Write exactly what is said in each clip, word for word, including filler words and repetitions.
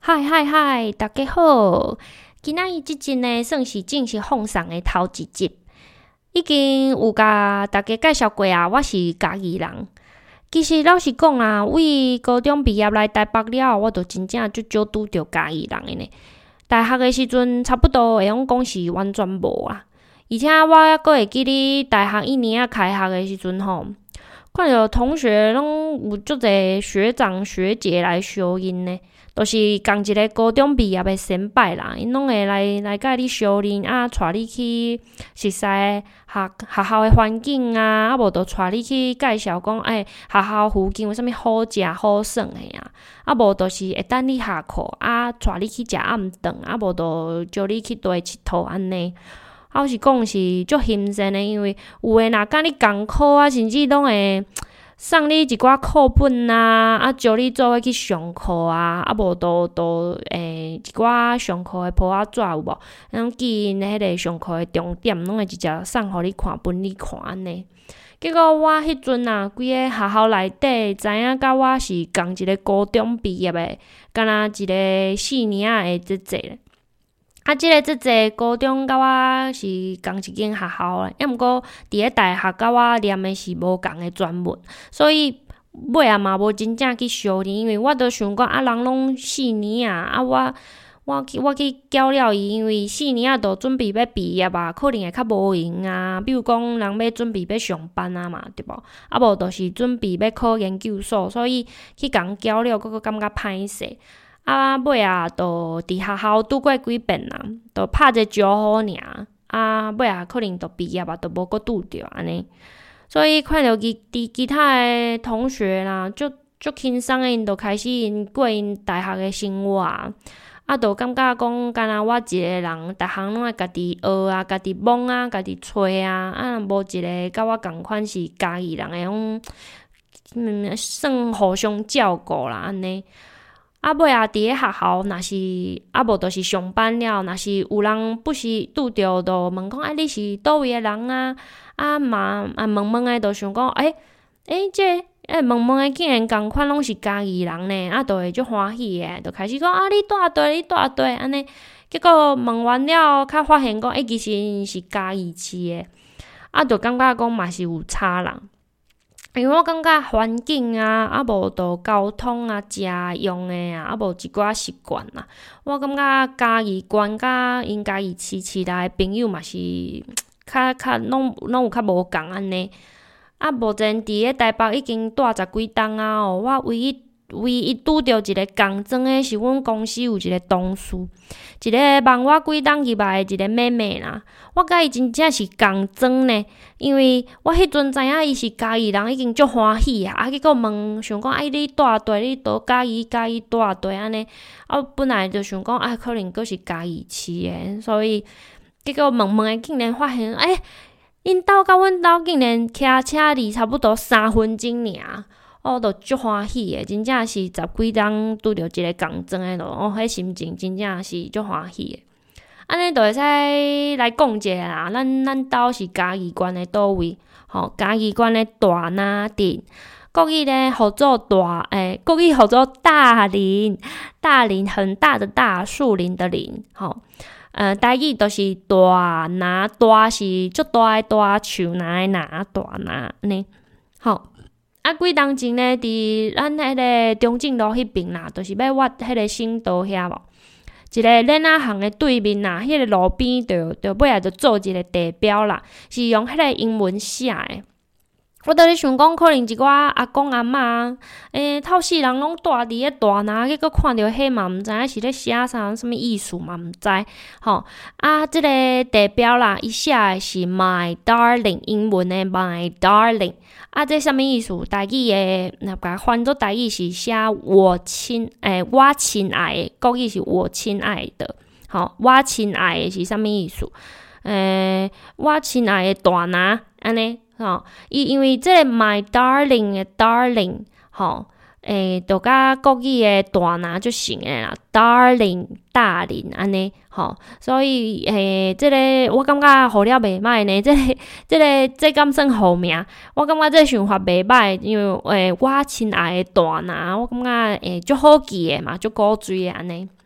嗨嗨嗨，大家好！今仔日即集呢，算是正式放送的头一集，已经有甲大家介绍过啊。我是嘉义人。其实老实讲啊，为高中毕业来台北了，我就真正足少拄着嘉义人的呢。大学的时阵，差不多会用讲是完全无啊。而且我还会记得大学一年啊开学的时阵吼，看到同学拢有足侪学长学姐来相认呢。都是共一个高中毕业的先辈啦，因拢会来来甲你相认啊，带你去熟悉学学校的环境啊，啊无就带你去介绍讲，哎，学校附近有啥物好食好耍的啊，啊无就是会等你下课啊，带你去食暗顿，啊无就招你去地佚佗安尼。老实讲是足欣赏的，因为有诶若甲你共课啊，甚至拢会送你一寡课本啊，啊，招你做伙去上课啊，啊，无都都诶一寡上课的簿仔纸有无？咱记因迄个上课的重点，拢会直接送互你看，分你看安尼。结果我迄阵啊，规个学校内底知影甲我是共一个高中毕业的，敢若一个四年啊的即济咧。啊，即、这个即济高中甲我是共一间学校诶，抑毋过伫咧大学甲我念诶是无共诶专门，所以尾啊嘛无真正去相认，因为我都想讲啊，人拢四年啊，啊我我去我去交了伊，因为四年啊都准备要毕业啊，可能会较无闲啊，比如讲人要准备要上班啊嘛，对无？啊无就是准备要考研究所，所以去共交了，佫佫感觉歹势。啊，尾啊，就伫学校拄过几遍啦，就拍者招呼尔。啊，尾啊，可能就毕业啊，就无佫拄着安尼。所以看到其伫其他诶同学啦，足足轻松诶，因就开始因过因大学诶生活啊。啊，就感觉讲，敢若我一个人，逐项拢爱家己学啊，家己摸啊，家己找啊。啊，无一个甲我共款是家己人诶，种嗯，算互相照顾啦，安尼。啊，尾啊，伫咧学校，若是啊无就是上班了，若是有人不时拄着，就问讲，啊，你是倒位诶人啊？啊嘛啊，问问诶，就想讲，诶、欸、诶，这个、诶，问问诶，竟然共款拢是家己人呢，啊，就会足欢喜诶，就开始讲，啊，你住倒，你住倒，安尼。结果问完了，较发现讲，诶、欸，其实因是家己饲诶，啊，就感觉讲嘛是有差人。因为我感觉环境啊，啊无就交通啊、食用诶啊，啊无一寡习惯啊，我感觉嘉义县甲因嘉义市市内诶朋友嘛是较较拢拢有较无共安尼。啊，目前伫咧台北已经住十几冬啊哦，我唯一唯一拄着一个共装诶，是阮公司有一个同事，一个问我几冬入来诶一个妹妹啦。我甲伊真正是共装呢，因为我迄阵知影伊是嘉义人，已经足欢喜啊！啊，结果问想讲，哎，你住地，你倒嘉义嘉义住地安尼，啊，本来就想讲，啊，可能佫是嘉义市诶，所以结果问问诶，竟然发现，诶、欸，因兜甲阮兜竟然骑车离差不多三分钟尔。我都足欢喜诶，真正是十几冬拄着一个共装诶咯，哦，迄心情真正是足欢喜诶。安尼就会使来讲者啦，咱咱兜是嘉义县诶倒位？吼，嘉义县诶大林镇，国语咧号做大诶，国语号做大林，大林很大的大，树林的林，吼。呃，台语就是大林，大是足大诶大，树林诶林，大林安尼，吼。啊，几当前呢？伫咱迄个中正路迄边啦，就是要挖迄个省道遐无，一个恁仔行的对面啦，迄、那个路边就就尾仔就做一个地标啦，是用迄个英文写的。我倒咧想讲，可能一寡阿公阿嬷，诶、欸，透世人拢住伫咧大林，结果看到迄嘛，毋知影是咧写啥，啥物意思嘛，毋知。吼啊，即、这个地标啦，伊写的是 My Darling， 英文的 My Darling。啊，这啥物意思？台语诶，那甲翻做台语是写我亲，诶、欸，我亲爱的，国语是我亲爱的。吼，我亲爱的是啥物意思？诶、欸，我亲爱的大林，安尼。吼，伊因为即个 My Darling 的 Darling， 吼，诶，就甲国语的大林就像诶啦 ，Darling 大林安尼，吼，所以诶，即、这个我感觉好了袂歹呢，即、这个、即、这个、这敢算好名？我感觉这想法袂歹，因为诶，我亲爱的大林，我感觉诶，足好记诶嘛，足古锥诶安尼。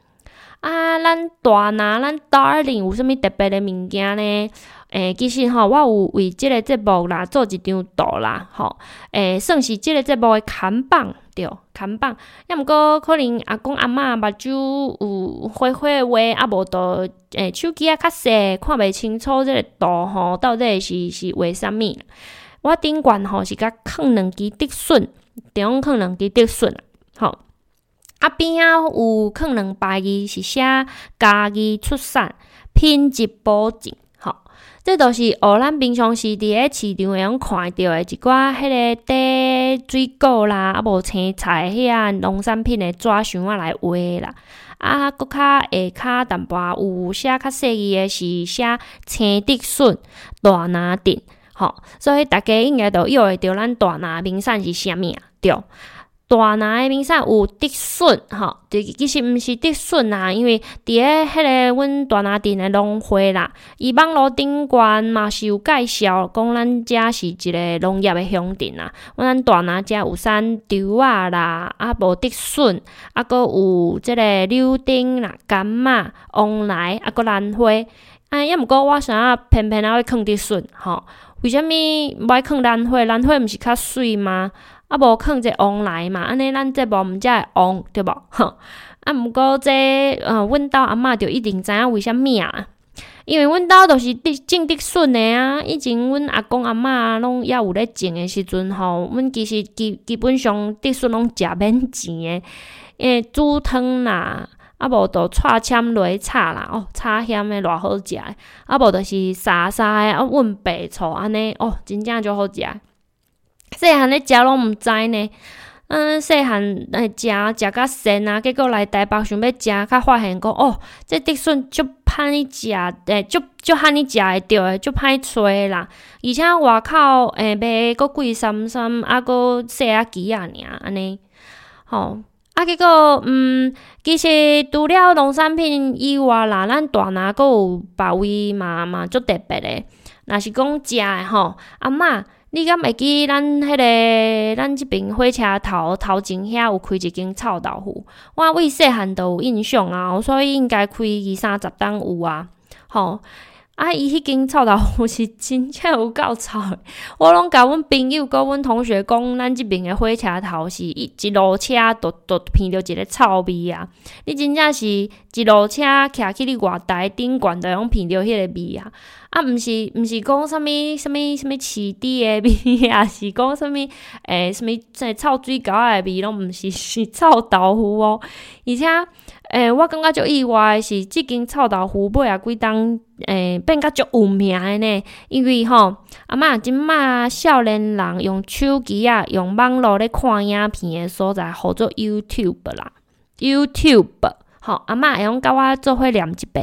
啊，咱大拿咱 Darling 有啥物特别的物件呢？诶，其实吼，我有为即个节目啦做一张图啦，吼，诶，算是即个节目的看板，对，看板。抑毋过可能阿公阿嬷目睭有花花的话，啊无就诶手机啊较细，看袂清楚即个图吼，到底是是画啥物？我顶悬吼是甲放两支竹笋，中放两支竹笋，吼。啊边仔有放两排字是写家己出产，品质保证，吼。这都是学咱平常时伫咧市场会用看到的一寡迄个底水果啦，啊无青菜迄啊农产品的纸箱啊来画啦。啊，搁较下骹淡薄有写较细字的是写青竹笋、大拿镇，吼。所以大家应该都约会着咱大拿名产是啥物啊？对。大拿的名产有竹笋，吼，其实毋是竹笋啦，因为伫咧迄个阮大拿镇的农会啦，伊网络顶悬嘛是有介绍，讲咱遮是一个农业的乡镇啦。咱大拿遮有产稻仔啦，啊无竹笋，啊搁有即个柳丁啦、柑仔、旺来，啊搁兰花。啊，抑毋过我想要偏偏啊要放竹笋，吼，为虾米无爱放兰花？兰花毋是较水吗？啊，无放者旺来嘛，安尼咱节目毋才会旺，对无？吼，啊，毋过这呃，阮兜阿嬷就一定知影为虾米啊？因为阮兜都是种竹笋的啊。以前阮阿公阿嬷拢也有咧种的时阵吼，阮其实基基本上竹笋拢食免钱的，诶，煮汤啦，啊无就串签落去炒啦，哦，炒咸的偌好食的，啊无就是沙沙的啊，混白醋安尼，哦，真正就好食。细汉咧食拢毋知呢，嗯，细汉诶食食甲跣啊，结果来台北想要食，较发现讲哦，这竹笋足歹食，诶，足足罕你食会着诶，足歹找啦，而且外口诶卖阁贵三三，啊阁细啊枝啊尔安尼，吼。啊，结果，嗯，其实除了农产品以外啦，咱大拿阁有别位嘛嘛足特别诶。若是讲食诶吼，阿嬷，你敢会记咱迄个咱即边火车头头前遐有开一间臭豆腐？我为细汉都有印象啊，所以应该开二三十档有啊，吼。啊，伊迄间臭豆腐是真正有够臭的，我拢甲阮朋友甲阮同学讲，咱即边的火车头是一一路车都都闻到一个臭味啊！你真正是一路车徛去你外台顶悬，就用闻到迄个味啊！啊，毋是毋是讲啥物啥物啥物饲猪的味啊，是讲啥物诶啥物即臭水狗仔的味，拢毋是是臭豆腐哦，而且。诶，我感觉足意外的是，即间臭豆腐尾啊几档诶变甲足有名的呢。因为吼，阿嬷即马少年人用手机啊，用网络咧看影片的所在，号做 YouTube 啦。YouTube， 吼，阿嬷会用甲我做伙念一遍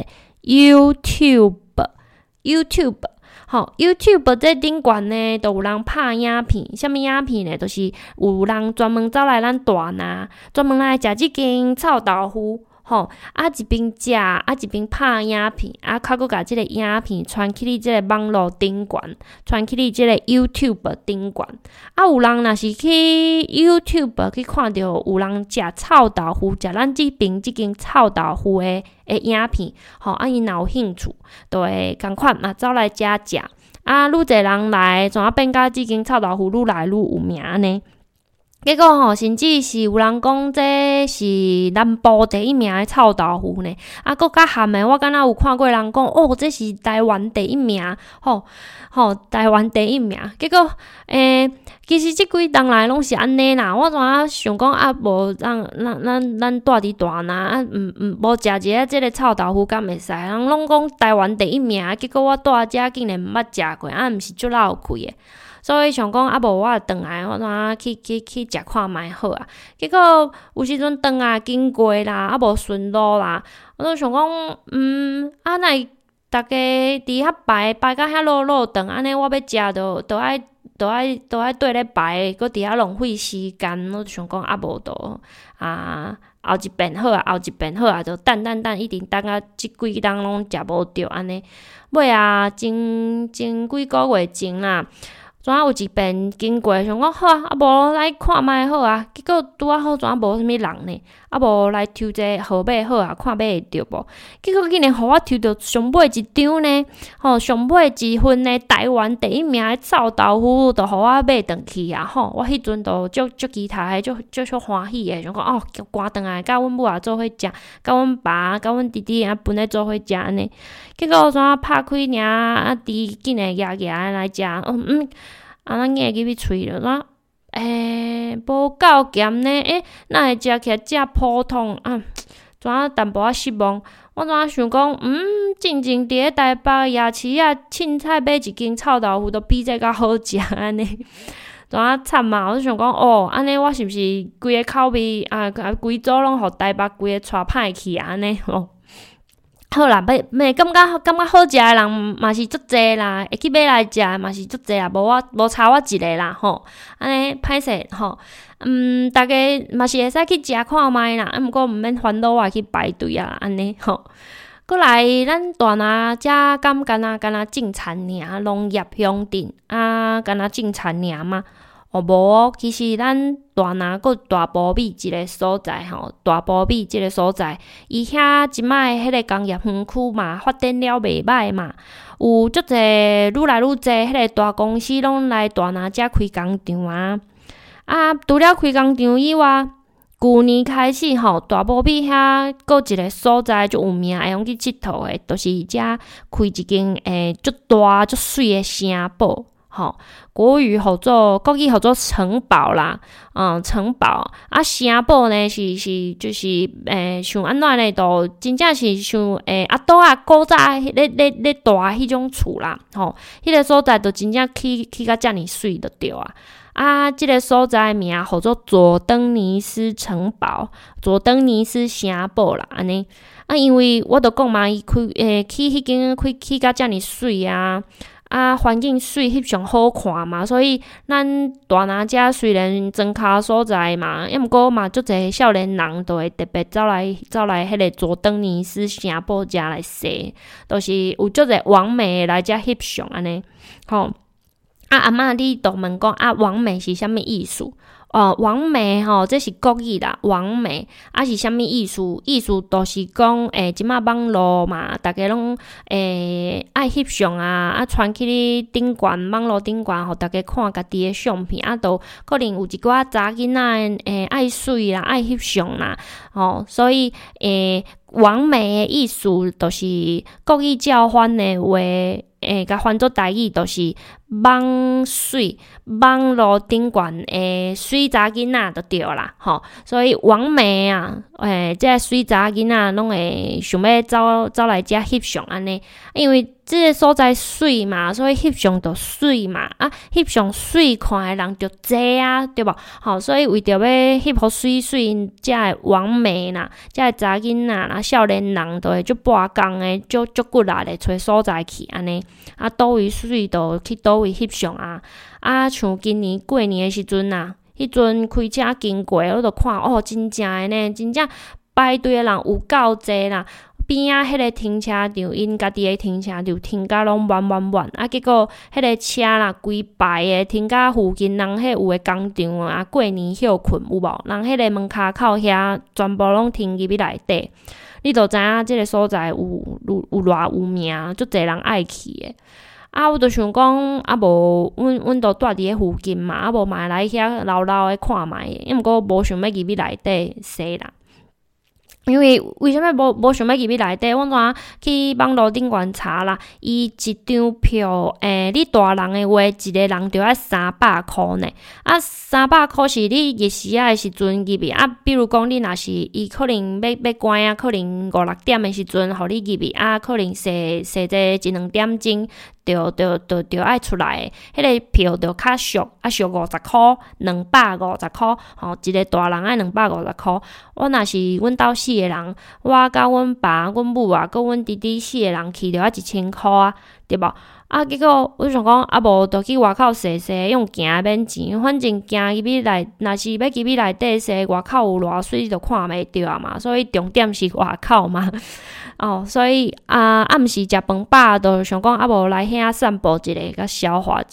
YouTube，YouTube。吼 YouTube 这顶悬呢，都有人拍影片，啥物影片呢？就是有人专门走来咱大拿，专门来食即间臭豆腐。吼，啊一边食，啊一边拍影片，啊较搁甲即个影片传去你即个网络顶悬，传去你即个 YouTube 顶悬。啊有人若是去 YouTube 去看到有人食臭豆腐，食咱即边即间臭豆腐的的影片，吼，啊伊若有兴趣，就会共款嘛走来遮食。啊，愈侪人来，怎啊变甲即间臭豆腐愈来愈有名呢？结果吼，甚至是有人讲这是南部第一名的臭豆腐呢。啊，搁较含的，我敢若有看过人讲，哦，这是台湾第一名，吼吼，台湾第一名。结果，诶、欸，其实即几当来拢是安尼啦。我怎啊想讲啊，无让咱咱咱住伫大拿啊，毋毋无食一个即个臭豆腐敢会使？人拢讲台湾第一名，结果我住遮竟然毋捌食过，啊，毋是足老有开的。所以想讲啊，无我转来，我怎啊去去去食看卖好啊？结果有时阵转来经过啦，啊无顺路啦，我都想讲，嗯，啊那大家伫遐排排到遐路路长，安尼我要食着着爱着爱着爱对咧排，搁伫遐浪费时间，我就想讲啊无着啊。后一遍好啊，后一遍好啊，就等等等，一定等啊，即几档拢食无着安尼。尾啊，前前几个月前啦。怎啊有一遍经过，想讲好啊，啊无来看卖好啊，结果拄啊好，怎啊无啥物人呢？ 啊无来抽一个号码好啊，看买会着无？结果竟然互我抽着上尾一张呢，吼，上尾一份呢，台湾第一名的臭豆腐，就互我买转去啊，吼，我迄阵就足足期待，足足足欢喜诶，想讲哦，赶转来，甲阮母也做伙食，甲阮爸、甲阮弟弟啊分咧做伙食安尼。结果怎啊拍开尔啊，猪竟然夹夹来食，嗯嗯，啊，咱硬入去喙了，怎？诶，无够咸呢，诶，哪会食起来遮普通啊？怎啊淡薄仔失望？我怎啊想讲，嗯，进前伫咧台北夜市啊，凊彩买一斤臭豆腐，都比这较好食安尼。怎啊惨啊！我就想讲，哦，安尼我是毋是规个口味啊，啊，规组拢互台北规个带歹去啊？安尼哦。好啦，买买感觉感觉好食诶人嘛是足济啦，会去买来食嘛是足济啊，无我无差我一个啦吼，安尼歹势吼，嗯，逐个嘛是会使去食看卖啦，啊，毋过毋免烦恼我去排队啊，安尼吼。过来，咱大拿遮敢干若干若种田尔，农业乡镇啊，干若种田尔嘛。哦，无哦，其实咱大拿个大埔米即个所在吼，大埔米即个所在，伊遐即摆迄个工业园区嘛，发展了袂歹嘛，有足济愈来愈济迄个大公司拢来大拿遮开工厂啊。啊，除了开工厂以外，旧年开始吼，大埔米遐个一个所在足有名，会用去佚佗诶，就是遮开一间诶足大足水诶城堡。吼，国语号做国语号做城堡啦，嗯，城堡啊，城堡呢是是就是诶，像安怎呢？都真正是像诶阿倒啊古早咧咧咧大迄种厝啦，吼，迄个所在就真正起起甲遮尔水就对啊。啊，即、这个所在名号做佐登尼斯城堡、佐登尼斯城堡啦，安尼啊，因为我都讲嘛，伊开诶起迄间开起甲遮尔水啊。啊，环境水翕相好看嘛，所以咱大拿遮虽然庄脚所在嘛，抑毋过嘛，足侪少年人都会特别走来走来迄个佐登尼斯城堡遮来踅，都是有足侪网美来遮翕相安尼。吼，啊阿嬷你都问讲啊，网美是啥物意思？哦，网美吼，这是国语啦，网美啊是啥物意思？意思就是讲，诶，即马网络嘛，逐个拢诶爱翕相啊，啊传去咧顶悬网络顶悬，互逐个看家己诶相片，啊，都可能有一寡查囡仔诶爱水啦，爱翕相啦，哦，所以诶，网美诶意思就是国语照翻诶话。诶，甲翻做台语，就是网水网络顶悬诶水查囡仔就对啦，吼。所以网美啊，诶，这水查囡仔拢会想要走走来遮翕相安尼，因为即个所在水嘛，所以翕相就水嘛，啊，翕相水看诶人就济啊，对无？吼，所以为着要翕互水水，遮个网美啦，遮个查囡仔啦，少年人都会足跋工诶，足足骨力诶，找所在去安尼。啊，倒位水就去倒位翕相啊！啊，像今年过年诶时阵啊，迄阵开车经过，我就看哦，真正诶呢，真正排队诶人有够济啦。边仔迄个停车场，因家己诶停车场停甲拢满满满，啊，结果迄个车啦，规排诶停甲附近人迄有诶工厂啊，过年休困有无？人迄个门骹口遐全部拢停入去内底。你就知影即个所在有有有偌有名，足侪人爱去诶。啊，我就想讲，啊无，阮阮都住伫咧附近嘛，啊无嘛来遐lâu lâu诶看卖，因毋过无想要入去内底踅啦。因为为什么无无想要入去内底？阮怎去网络顶悬查啦？伊一张票，诶、欸，你大人诶话，一个人就要三百箍呢。啊，三百箍是你日时啊诶时阵入去啊。比如讲，你若是伊可能要要关啊，可能五六点诶时阵，互你入去啊，可能踅踅者一两点钟。着着着着爱出来，迄、那个票着较俗，啊俗五十箍，两百五十箍，吼，一个大人爱两百五十箍。我若是阮兜四个人，我甲阮爸、阮母啊，佮阮弟弟四个人去着啊一千箍啊，对无？啊，结果我想讲，啊无，着去外口踅踅，用行免钱，反正行入去内，若是要入去内底踅，外口有偌水，着看袂着啊嘛。所以重点是外口嘛。哦，所以啊，暗时食饭饱，就想讲啊无来遐散步一下，甲消化一下。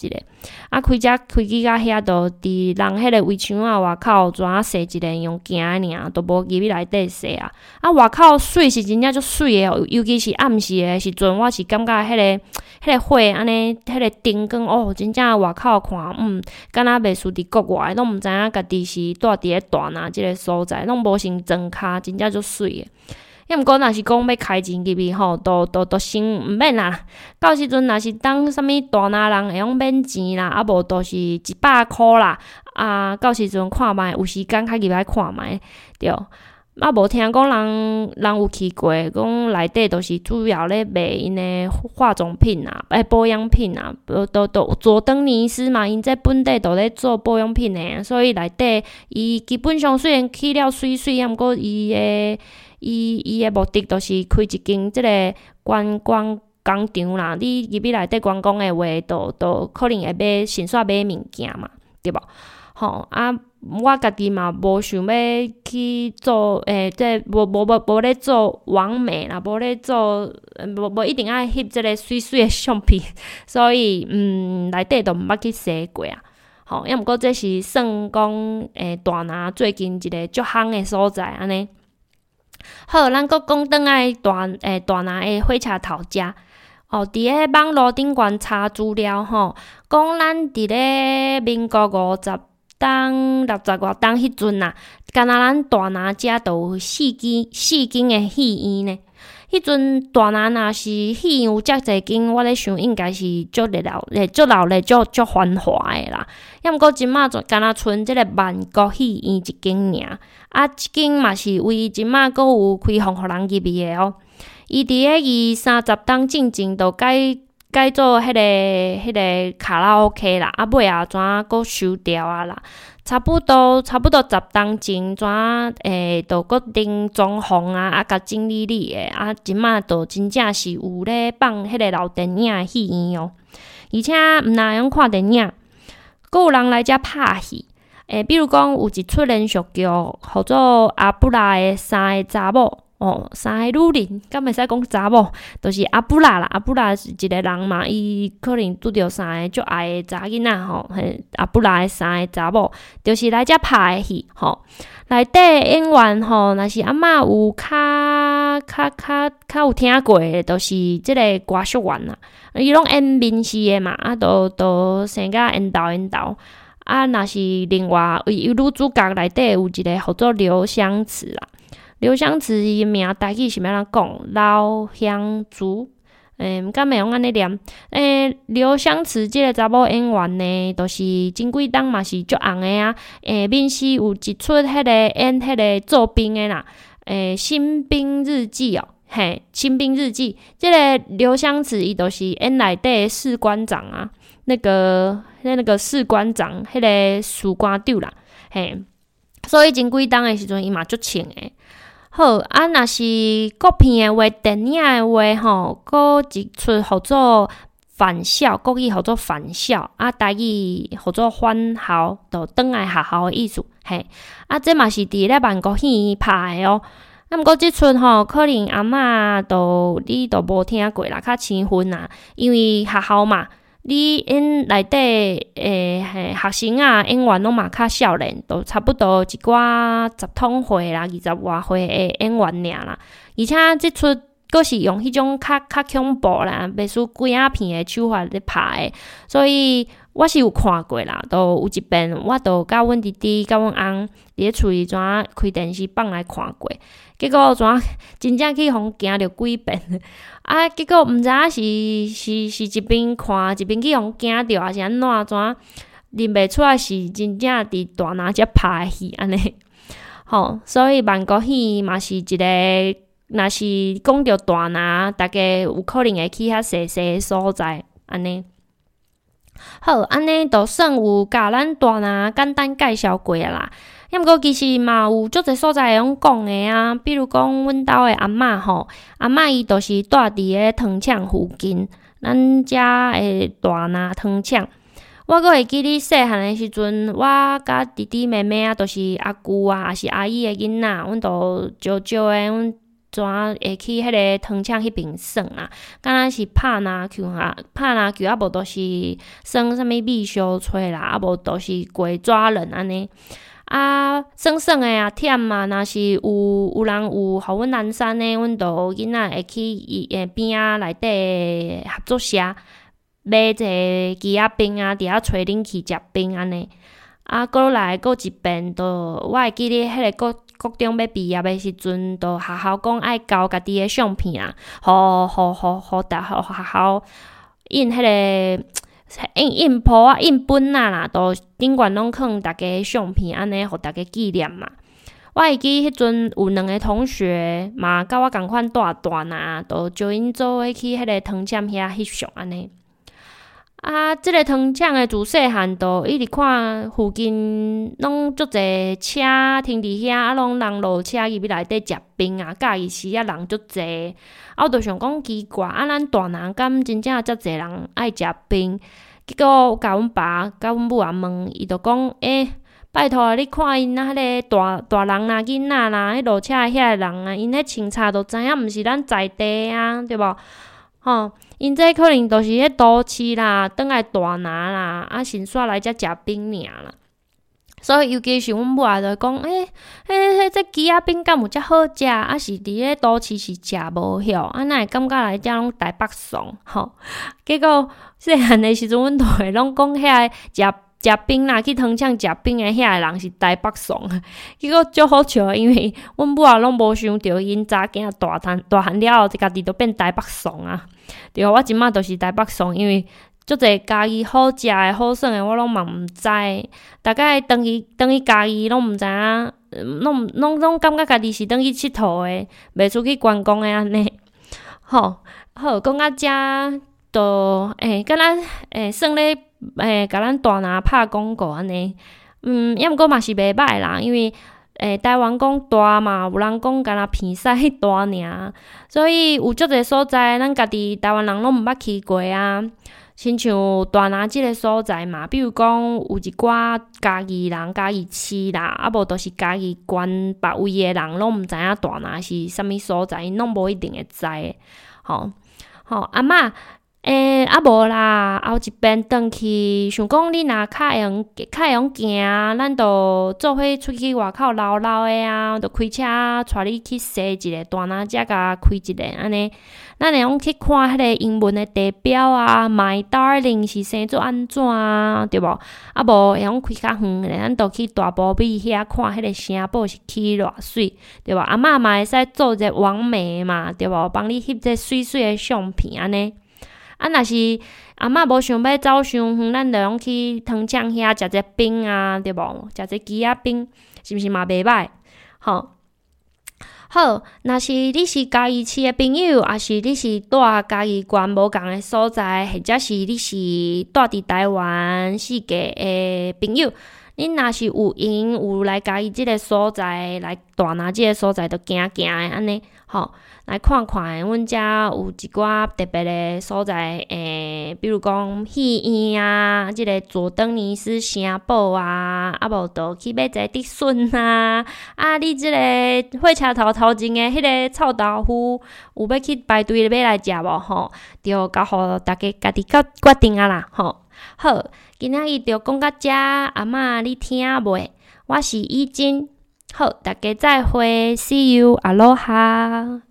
啊，开遮开去到遐，就伫人迄个围墙啊外口，怎啊踅一个用行诶尔，都无入去内底踅啊。啊，外口水是真正足水诶，尤其是暗时诶时阵，我是感觉迄、那个、迄个火安尼，迄个灯光哦，真正外口看，嗯，敢若袂输伫国外，拢毋知影家己是住伫咧大南即个所在，拢无先装卡，真正足水诶。抑毋过，若是讲要开钱入去吼，都都都先毋免啦。到时阵若是当啥物大拿人会用免钱啦，啊无都是一百箍啦。啊，到时阵看觅，有时间较入来看觅，对。啊，无听讲人人有去过，讲内底都是主要咧卖因诶化妆品啊，诶保养品啊，都都都佐登尼斯嘛，因这本地都咧做保养品诶，所以内底伊基本上虽然起了水水，毋过伊诶。伊伊诶目的就是开一间即个观光工厂啦。你入去内底观光诶话，都都可能会买先煞买物件嘛，对无？吼啊，我家己嘛无想要去做诶，即无无无无咧做网美啦，无咧做无无一定爱翕即个水水诶相片，所以嗯，内底都毋捌去踅过啊。吼，抑毋过这是算讲诶，大拿最近一个足夯诶所在安尼。好，咱阁讲转来大诶大拿诶火车头家哦，伫咧网络顶悬查资料吼，讲咱伫咧民国五十当六十外当迄阵呐，敢若咱大拿遮都有四间四间诶戏院呢。迄阵大拿若是戏院有遮侪间，我咧想应该是足热闹咧，足闹咧，足足繁华诶啦。抑毋过即马就敢若剩即个万国戏院一间尔，啊，即间嘛是为即马阁有开放互人入去诶哦。伊伫咧二三十当进前就改改做迄、那个迄、那个卡拉 OK 啦，啊尾啊怎阁收掉啊啦。差不多差不多十当前，怎诶，都搁顶装潢啊，啊，甲整理理诶，啊，即马都真正是有咧放迄个老电影诶戏院哦，而且毋但用看电影，阁有人来遮拍戏。诶，比如讲有一出连续剧，叫做阿布拉诶三个查某。哦，三个女人，敢袂使讲查某，就是阿布拉啦。阿布拉是一个人嘛，伊可能拄着三个足爱诶查囡仔吼，嘿，阿布拉诶三个查某，就是来遮拍诶戏吼。内底演员吼，若是阿嬷有较较较较有听过诶，就是即个歌剧员啦。伊拢演面试诶嘛，啊，都都生甲缘投缘投。啊，若是另外伊女主角内底有一个叫做刘湘慈啦。刘湘慈伊名台语是要安怎讲？老香竹，诶、欸，毋敢袂用安尼念。诶、欸，刘湘慈即个查某演员呢，就是前几档嘛是足红诶啊。诶、欸，面试有一出迄个演迄个做兵诶啦，诶、欸，新兵日记哦，嘿，新兵日记。即、这个刘湘慈伊就是演内底诶士官长啊，那个那个士官长，迄个士官长啦，嘿。所以前几档诶时阵，伊嘛足清诶。好啊，若是国片诶话，电影诶话吼，搁一出叫做返校，国语叫做返校，啊，台语叫做返校，就转来学校诶意思，嘿。啊，这嘛是伫咧万国戏院拍诶哦。啊，毋过即出吼，可能阿嬷都你都无听过啦，较青分啦，因为学校嘛。你演内底诶，嘿，学生啊，演员拢嘛较少年，都差不多一寡十通岁啦，二十外岁诶演员尔啦。而且即出阁是用迄种较较恐怖啦，袂输鬼仔片诶手法咧拍诶，所以我是有看过啦。都有一遍，我都甲阮弟弟、甲阮翁伫咧厝里怎开电视放来看过，结果怎真正去互惊着几遍。啊，结果毋知影是是是一边看一边去互惊着，还是安怎怎认袂出来是真正伫大拿遮拍诶戏安尼。吼，所以万国戏嘛是一个，若是讲着大拿，大家有可能会去遐踅踅诶所在安尼。好，安尼就算有甲咱大拿简单介绍过啦。抑毋过其实嘛有足侪所在会用讲诶啊，比如讲阮兜诶阿嬷吼，阿嬷伊就是住伫咧糖厂附近，咱遮诶大拿糖厂。我阁会记哩细汉诶时阵，我甲弟弟妹妹啊，都是阿舅啊，还是阿姨诶囡仔，阮都招招诶，阮怎会去迄个汤厂迄边耍啦，敢若是拍篮球啊，拍篮球啊，无就是耍啥物米烧吹啦，啊无就是过抓人安尼。啊，耍耍诶啊，忝啊，若是有有人有互阮南山诶，阮就囡仔会去伊诶边仔内底合作社买一个鸡仔冰啊，伫遐找恁去食冰安尼。啊，过来过一遍，就我会记咧，迄个国国中要毕业诶时阵，就学校讲爱交家己诶相片啊，互互互互逐互学校印迄个。印印簿啊，印本啊啦，都顶悬拢囥逐家相片，安尼互逐家纪念嘛。我会记迄阵有两个同学嘛，甲我共款大大呐，都招因做伙去迄个汤厂遐翕相安尼。啊，即、这个汤厂诶，自细汉都一直看附近拢足侪车停伫遐，啊，拢人落车入去内底食冰啊，假日时啊人足侪。啊，我就想讲奇怪，啊，咱大人敢真正遮侪人爱食冰？结果我甲阮爸、甲阮母啊问，伊就讲：诶、欸，拜托你看因啊，迄个大大人啦、囡仔啦，迄落车遐个人啊，因迄穿插都知影，毋是咱在地啊，对无？吼，因这可能都是迄都市啦，转来大拿啦，啊，先煞来遮食冰尔啦。所以尤其是阮母啊，就讲，诶、欸，迄、迄、这鸡仔冰敢有遮好食，啊是伫咧都市是食无晓，啊哪会感觉来遮拢台北爽吼？结果细汉的时阵，阮都会拢讲遐食食冰啦，去汤厂食冰的遐个人是台北爽。结果足好笑，因为阮母啊拢无想到，因查囝大汉大汉了后，家己都变台北爽啊。对，我即马都是台北爽，因为足侪家己好食诶、好耍诶，我拢嘛毋知。大概等于等于家己拢毋知影，拢拢拢感觉家己是等去佚佗诶，袂出去观光诶安尼。吼，好，讲到遮，就诶，敢若诶，算咧诶，甲咱大拿拍广告安尼。嗯，抑毋过嘛是袂歹啦，因为诶，台湾讲大嘛，有人讲敢若片屎大尔，所以有足侪所在，咱家己台湾人拢毋捌去过啊。亲像大拿即个所在嘛，比如讲有一寡家己人家己饲啦，啊无就是家己管别位诶人拢毋知影大拿是啥物所在，因拢无一定会知诶。吼吼，阿嬷。诶、欸，啊无啦，后一遍转去，想讲你若较会用较会用行，咱就做伙出去外口溜溜诶啊，就开车带你去踅一个大拿遮甲开一个安尼。咱会用去看迄个英文诶地标啊 ，My Darling 是生做安怎啊，对无？啊无会用开较远诶，咱就去大埔尾遐看迄个城堡是起偌水，对无？阿嬷嘛会使做一个完美嘛，对无？帮你翕一个水水诶相片安尼。啊，若是阿嬷无想要走伤远，咱就用去汤厂遐食者冰啊，对无？食者鸡仔冰，是毋是嘛袂歹？吼，好，若是你是家己饲诶朋友，还是你是住家己县无共诶所在，或者是你是住伫台湾世界诶朋友，恁若是有闲有来家己即个所在，来大拿即个所在，就行行诶安尼，吼。来看看，阮遮有一寡特别的所在，诶，比如讲戏院啊，即、这个佐登尼斯城堡啊，啊无就去买一个竹笋啊，啊，你即个火车头头前的迄个臭豆腐，有要去排队买来食无吼？就交互大家家己决决定啊啦，吼。好，今仔日就讲到遮，阿嬷你听袂？我是依珍，好，大家再会 ，See you， Aloha。